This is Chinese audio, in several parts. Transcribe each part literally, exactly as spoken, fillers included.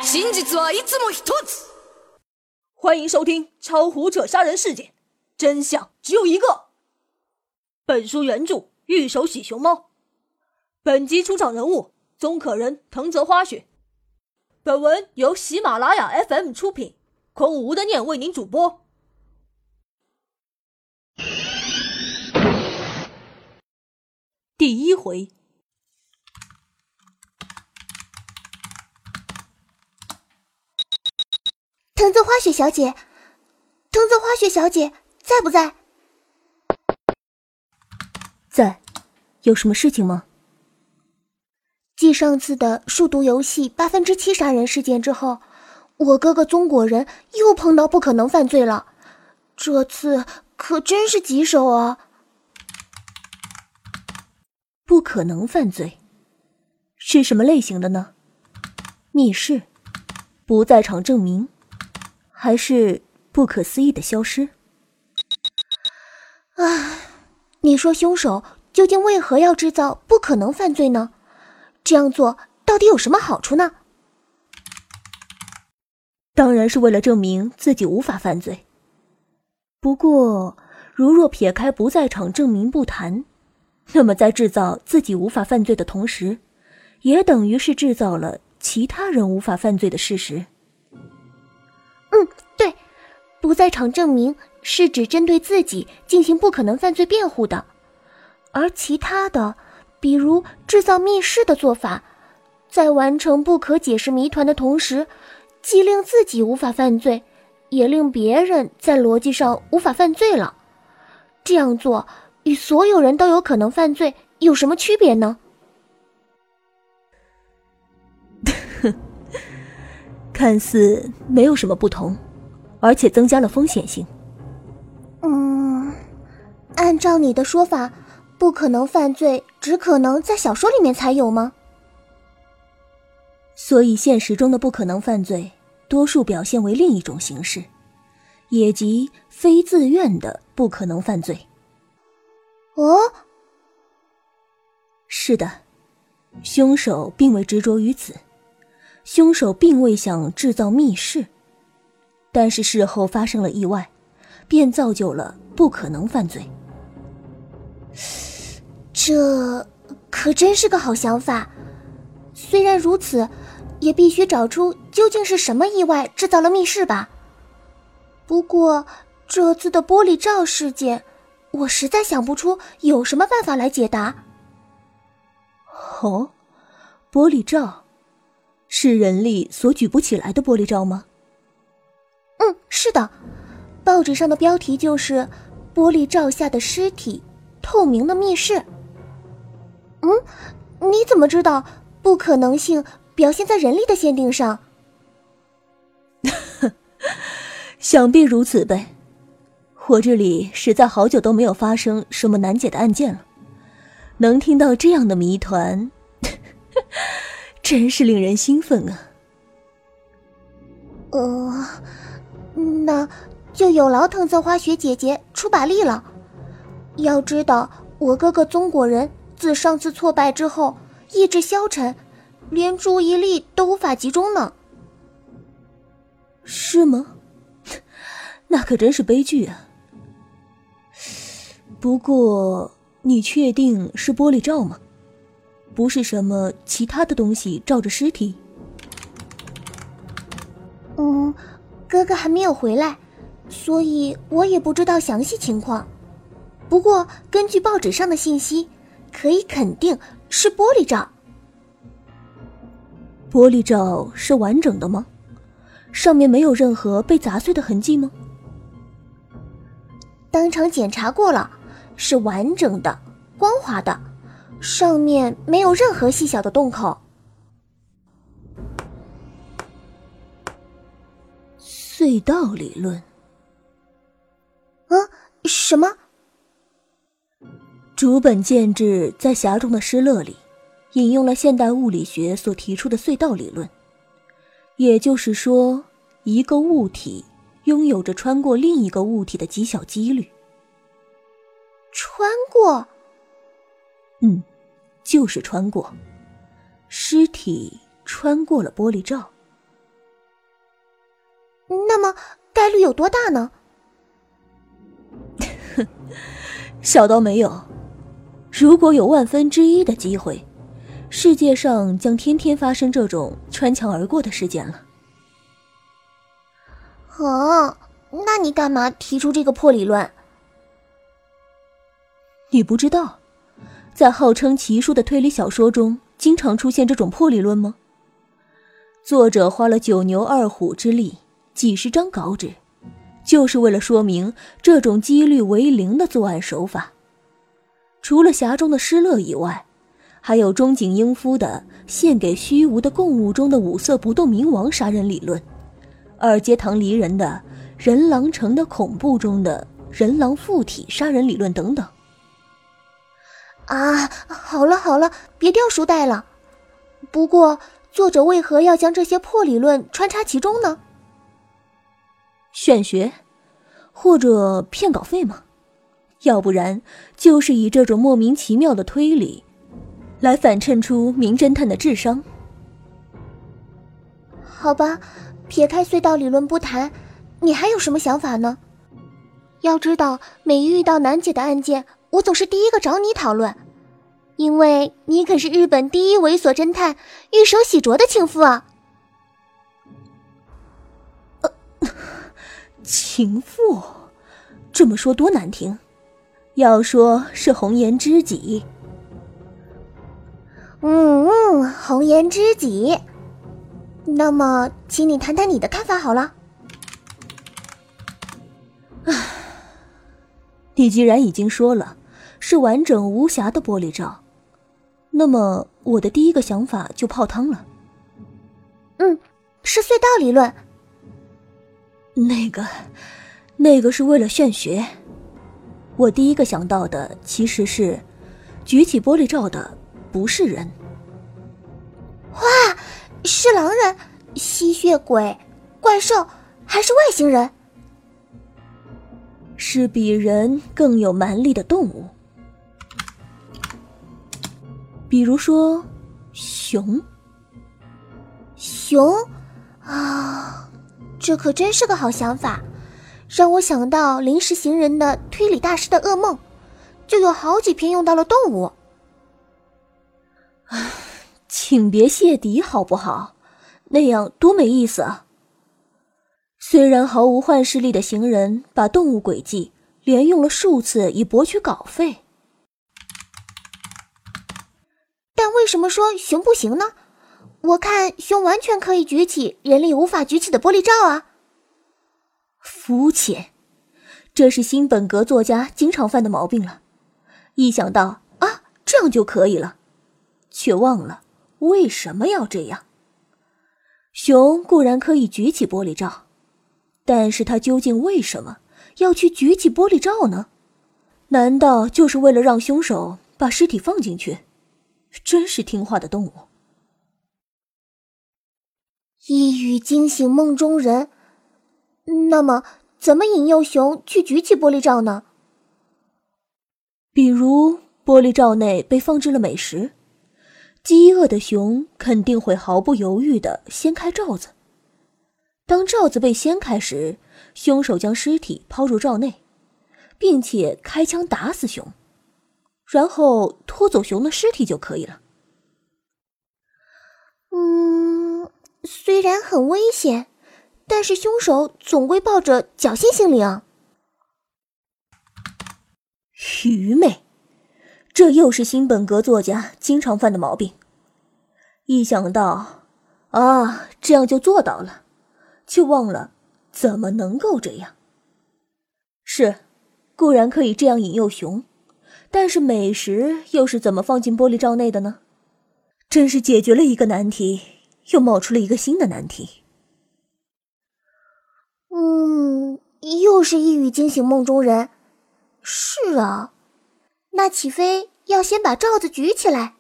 真実はいつも一つ。 欢迎收听超胡扯杀人事件，真相只有一个。本书原著玉手洗熊猫，本集出场人物宗可人、藤泽花雪。本文由喜马拉雅 F M 出品，空无的念为您主播。第一回， 藤泽花雪小姐，藤泽花雪小姐在不在？ 在，有什么事情吗？ 继上次的数独游戏八分之七杀人事件之后，我哥哥宗果人又碰到不可能犯罪了，这次可真是棘手啊！ 不可能犯罪是什么类型的呢？密室、不在场证明，还是不可思议的消失？ 唉，你说凶手究竟为何要制造不可能犯罪呢？这样做到底有什么好处呢？ 当然是为了证明自己无法犯罪。不过，如若撇开不在场证明不谈，那么在制造自己无法犯罪的同时，也等于是制造了其他人无法犯罪的事实。 嗯，对，不在场证明是指针对自己进行不可能犯罪辩护的，而其他的，比如制造密室的做法，在完成不可解释谜团的同时，既令自己无法犯罪，也令别人在逻辑上无法犯罪了。这样做与所有人都有可能犯罪有什么区别呢？ 看似没有什么不同，而且增加了风险性。 嗯，按照你的说法，不可能犯罪只可能在小说里面才有吗？ 所以现实中的不可能犯罪多数表现为另一种形式，也即非自愿的不可能犯罪。 哦， 是的，凶手并未执着于此，凶手并未想制造密室，但是事后发生了意外，便造就了不可能犯罪。 这可真是个好想法，虽然如此，也必须找出究竟是什么意外制造了密室吧。不过这次的玻璃罩事件，我实在想不出有什么办法来解答。 哦，玻璃罩是人力所举不起来的玻璃罩吗？ 嗯，是的，报纸上的标题就是玻璃罩下的尸体，透明的密室。嗯，你怎么知道不可能性表现在人力的限定上？ 想必如此呗。我这里实在好久都没有发生什么难解的案件了，能听到这样的谜团真是令人兴奋啊。 呃，那就有劳藤泽花雪姐姐出把力了。要知道我哥哥宗果人自上次挫败之后意志消沉，连注意力都无法集中呢。 是吗？那可真是悲剧啊。不过你确定是玻璃罩吗？不是什么其他的东西罩着尸体？ 嗯，哥哥还没有回来，所以我也不知道详细情况。不过根据报纸上的信息，可以肯定是玻璃罩。 玻璃罩是完整的吗？上面没有任何被砸碎的痕迹吗？ 当场检查过了，是完整的，光滑的，上面没有任何细小的洞口。 隧道理论？ 嗯，什么？ 竹本健治在《匣中的失乐》里引用了现代物理学所提出的隧道理论，也就是说，一个物体拥有着穿过另一个物体的极小几率。 穿过？ 嗯，就是穿过。尸体穿过了玻璃罩， 那么概率有多大呢？ 小到没有。如果有万分之一的机会，世界上将天天发生这种穿墙而过的事件了。 哦，那你干嘛提出这个破理论？ 你不知道，在号称奇书的推理小说中，经常出现这种破理论吗？作者花了九牛二虎之力，几十张稿纸，就是为了说明这种几率为零的作案手法。除了匣中的失乐以外，还有中井英夫的献给虚无的供物中的五色不动明王杀人理论，二阶堂离人的人狼城的恐怖中的人狼附体杀人理论等等。 啊，好了好了，别掉书袋了。不过作者为何要将这些破理论穿插其中呢？ 炫学，或者骗稿费吗？要不然就是以这种莫名其妙的推理来反衬出名侦探的智商。 好吧，撇开隧道理论不谈，你还有什么想法呢？要知道，每遇到难解的案件，我总是第一个找你讨论，因为你可是日本第一猥琐侦探玉手洗濯的情妇啊。 呃，情妇，这么说多难听，要说是红颜知己。 嗯嗯，红颜知己。那么，请你谈谈你的看法好了。 唉，你既然已经说了是完整无瑕的玻璃罩，那么我的第一个想法就泡汤了。 嗯，是隧道理论。 那个，那个是为了炫学。我第一个想到的其实是，举起玻璃罩的不是人。 哇，是狼人、吸血鬼、怪兽，还是外星人？ 是比人更有蛮力的动物，比如说熊。 熊啊，这可真是个好想法，让我想到临时行人的推理大师的噩梦，就有好几篇用到了动物。 唉，请别泄底好不好？那样多没意思啊！虽然毫无幻视力的行人把动物诡计连用了数次以博取稿费， 但为什么说熊不行呢？我看熊完全可以举起人力无法举起的玻璃罩啊！ 肤浅，这是新本格作家经常犯的毛病了。一想到啊，这样就可以了，却忘了为什么要这样。熊固然可以举起玻璃罩，但是他究竟为什么要去举起玻璃罩呢？难道就是为了让凶手把尸体放进去？真是听话的动物。 一语惊醒梦中人，那么怎么引诱熊去举起玻璃罩呢？ 比如玻璃罩内被放置了美食，饥饿的熊肯定会毫不犹豫地掀开罩子。当罩子被掀开时，凶手将尸体抛入罩内，并且开枪打死熊，然后拖走熊的尸体就可以了。 嗯，虽然很危险，但是凶手总归抱着侥幸心理啊。 愚昧，这又是新本格作家经常犯的毛病。一想到啊，这样就做到了，却忘了怎么能够这样。是，固然可以这样引诱熊，但是美食又是怎么放进玻璃罩内的呢？真是解决了一个难题，又冒出了一个新的难题。 嗯，又是一语惊醒梦中人。是啊，那岂非要先把罩子举起来？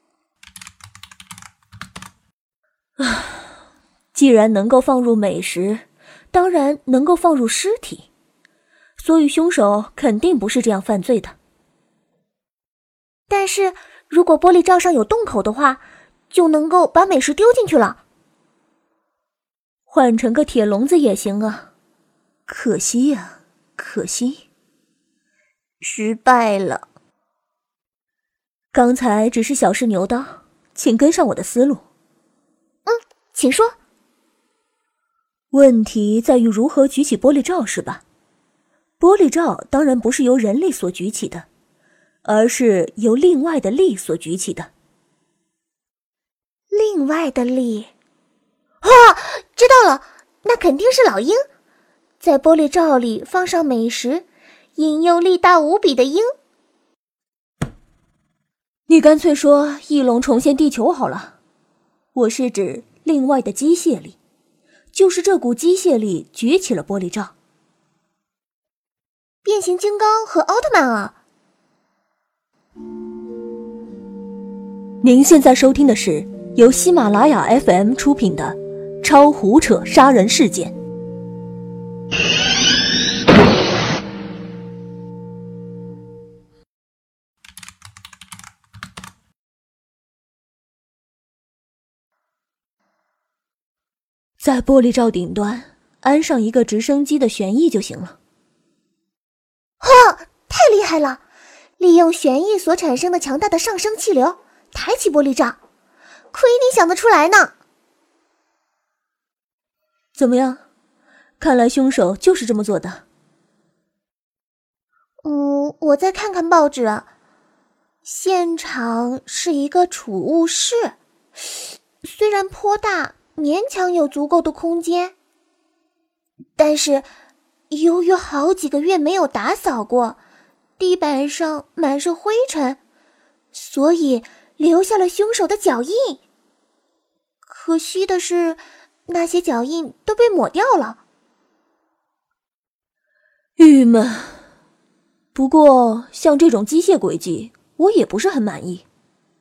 啊，既然能够放入美食，当然能够放入尸体，所以凶手肯定不是这样犯罪的。 但是如果玻璃罩上有洞口的话，就能够把美食丢进去了。 换成个铁笼子也行啊，可惜呀，可惜。 失败了。 刚才只是小试牛刀，请跟上我的思路。 嗯，请说。 问题在于如何举起玻璃罩是吧？玻璃罩当然不是由人力所举起的，而是由另外的力所举起的。 另外的力？啊，知道了，那肯定是老鹰，在玻璃罩里放上美食，引诱力大无比的鹰。 你干脆说翼龙重现地球好了。我是指另外的机械力，就是这股机械力举起了玻璃罩。 变形金刚和奥特曼啊！ 您现在收听的是由喜马拉雅 F M 出品的《超胡扯杀人事件》。在玻璃罩顶端安上一个直升机的旋翼就行了。 哇，太厉害了！利用旋翼所产生的强大的上升气流抬起玻璃罩，亏你想得出来呢。 怎么样？看来凶手就是这么做的。 嗯，我再看看报纸。现场是一个储物室，虽然颇大，勉强有足够的空间，但是由于好几个月没有打扫过，地板上满是灰尘，所以留下了凶手的脚印。可惜的是，那些脚印都被抹掉了。 郁闷。不过像这种机械轨迹我也不是很满意。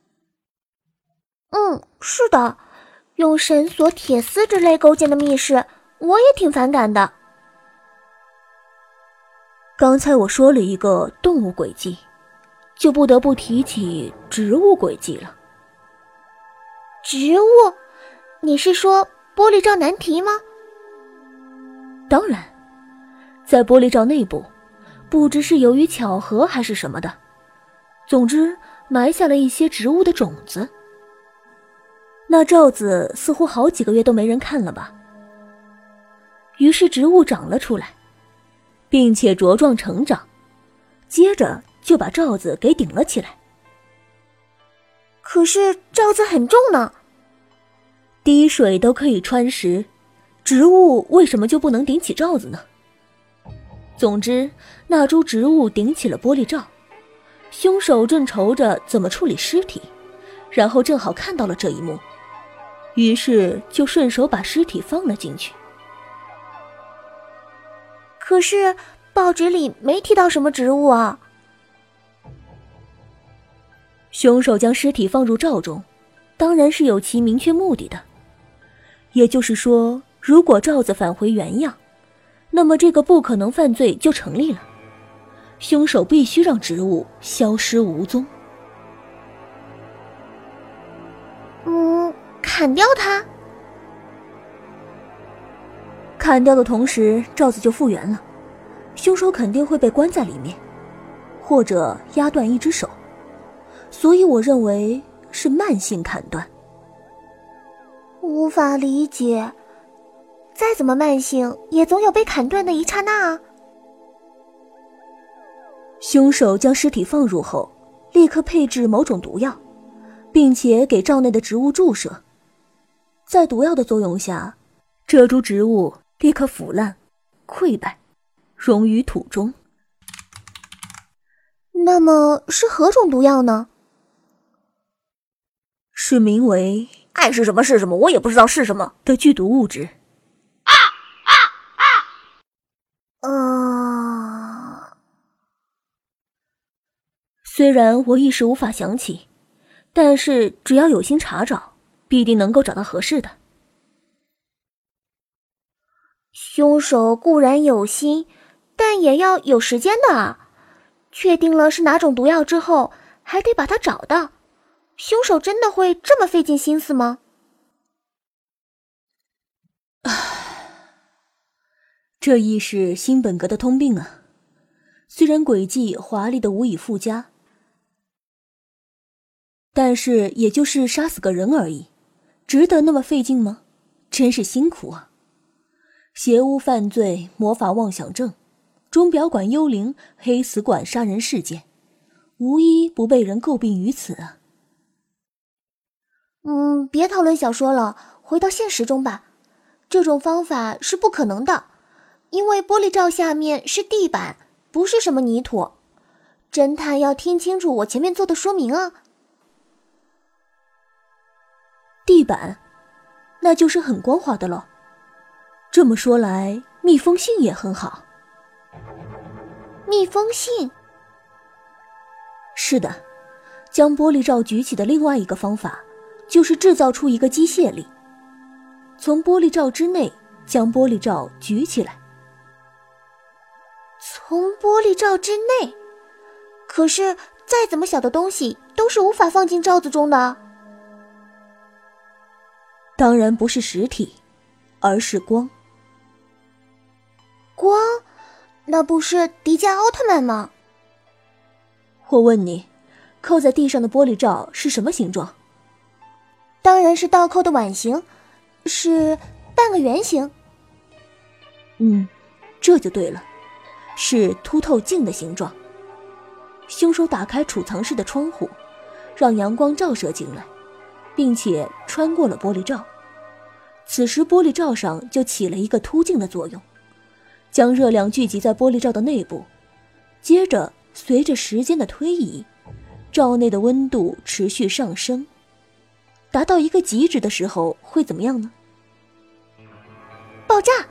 嗯，是的，用绳索、铁丝之类构建的密室我也挺反感的。 刚才我说了一个动物轨迹，就不得不提起植物轨迹了。 植物？你是说玻璃罩难题吗？ 当然，在玻璃罩内部，不知是由于巧合还是什么的，总之埋下了一些植物的种子。那罩子似乎好几个月都没人看了吧，于是植物长了出来，并且茁壮成长，接着就把罩子给顶了起来。 可是罩子很重呢， 滴水都可以穿石，植物为什么就不能顶起罩子呢？总之，那株植物顶起了玻璃罩，凶手正愁着怎么处理尸体，然后正好看到了这一幕，于是就顺手把尸体放了进去。 可是报纸里没提到什么植物啊。 凶手将尸体放入罩中，当然是有其明确目的的。也就是说，如果罩子返回原样，那么这个不可能犯罪就成立了。凶手必须让植物消失无踪。 嗯，砍掉它？ 砍掉的同时，罩子就复原了，凶手肯定会被关在里面，或者压断一只手，所以我认为是慢性砍断。 无法理解，再怎么慢性，也总有被砍断的一刹那啊。 凶手将尸体放入后，立刻配置某种毒药，并且给罩内的植物注射。在毒药的作用下，这株植物立刻腐烂、溃败，溶于土中。 那么是何种毒药呢？ 是名为爱是什么是什么，我也不知道是什么的剧毒物质。啊啊啊！呃， 虽然我一时无法想起，但是只要有心查找，必定能够找到合适的。 凶手固然有心，但也要有时间的啊。确定了是哪种毒药之后，还得把它找到。凶手真的会这么费尽心思吗？ 唉， 这亦是新本格的通病啊。虽然诡计华丽的无以复加，但是也就是杀死个人而已，值得那么费劲吗？真是辛苦啊。邪巫犯罪、魔法妄想症、钟表馆幽灵、黑死馆杀人事件，无一不被人诟病于此啊。 嗯，别讨论小说了，回到现实中吧。这种方法是不可能的，因为玻璃罩下面是地板，不是什么泥土。侦探要听清楚我前面做的说明啊。 地板，那就是很光滑的了。这么说来，密封性也很好。 密封性？ 是的，将玻璃罩举起的另外一个方法，就是制造出一个机械力，从玻璃罩之内将玻璃罩举起来。 从玻璃罩之内？可是再怎么小的东西都是无法放进罩子中的。 当然不是实体，而是光。 光？那不是迪迦奥特曼吗？ 我问你，扣在地上的玻璃罩是什么形状？ 当然是倒扣的碗形，是半个圆形。 嗯，这就对了，是凸透镜的形状。凶手打开储藏室的窗户，让阳光照射进来，并且穿过了玻璃罩。此时玻璃罩上就起了一个凸镜的作用，将热量聚集在玻璃罩的内部。接着随着时间的推移，罩内的温度持续上升，达到一个极值的时候会怎么样呢？ 爆炸。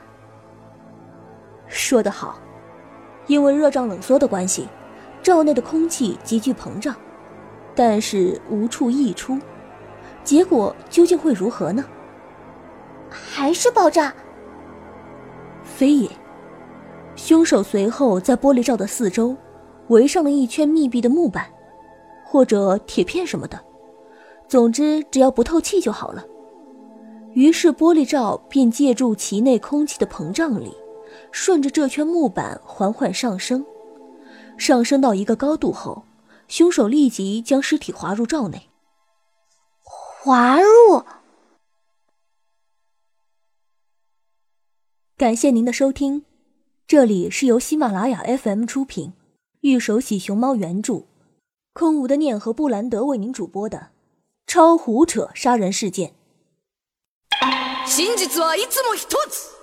说得好，因为热胀冷缩的关系，罩内的空气急剧膨胀，但是无处溢出，结果究竟会如何呢？ 还是爆炸？ 非也，凶手随后在玻璃罩的四周围上了一圈密闭的木板或者铁片什么的，总之只要不透气就好了。于是玻璃罩便借助其内空气的膨胀力，顺着这圈木板缓缓上升。上升到一个高度后，凶手立即将尸体滑入罩内。 滑入？ 感谢您的收听，这里是由喜马拉雅 F M 出品，玉手洗熊猫原著，空无的念和布兰德为您主播的超胡扯杀人事件。 真実はいつも一つ。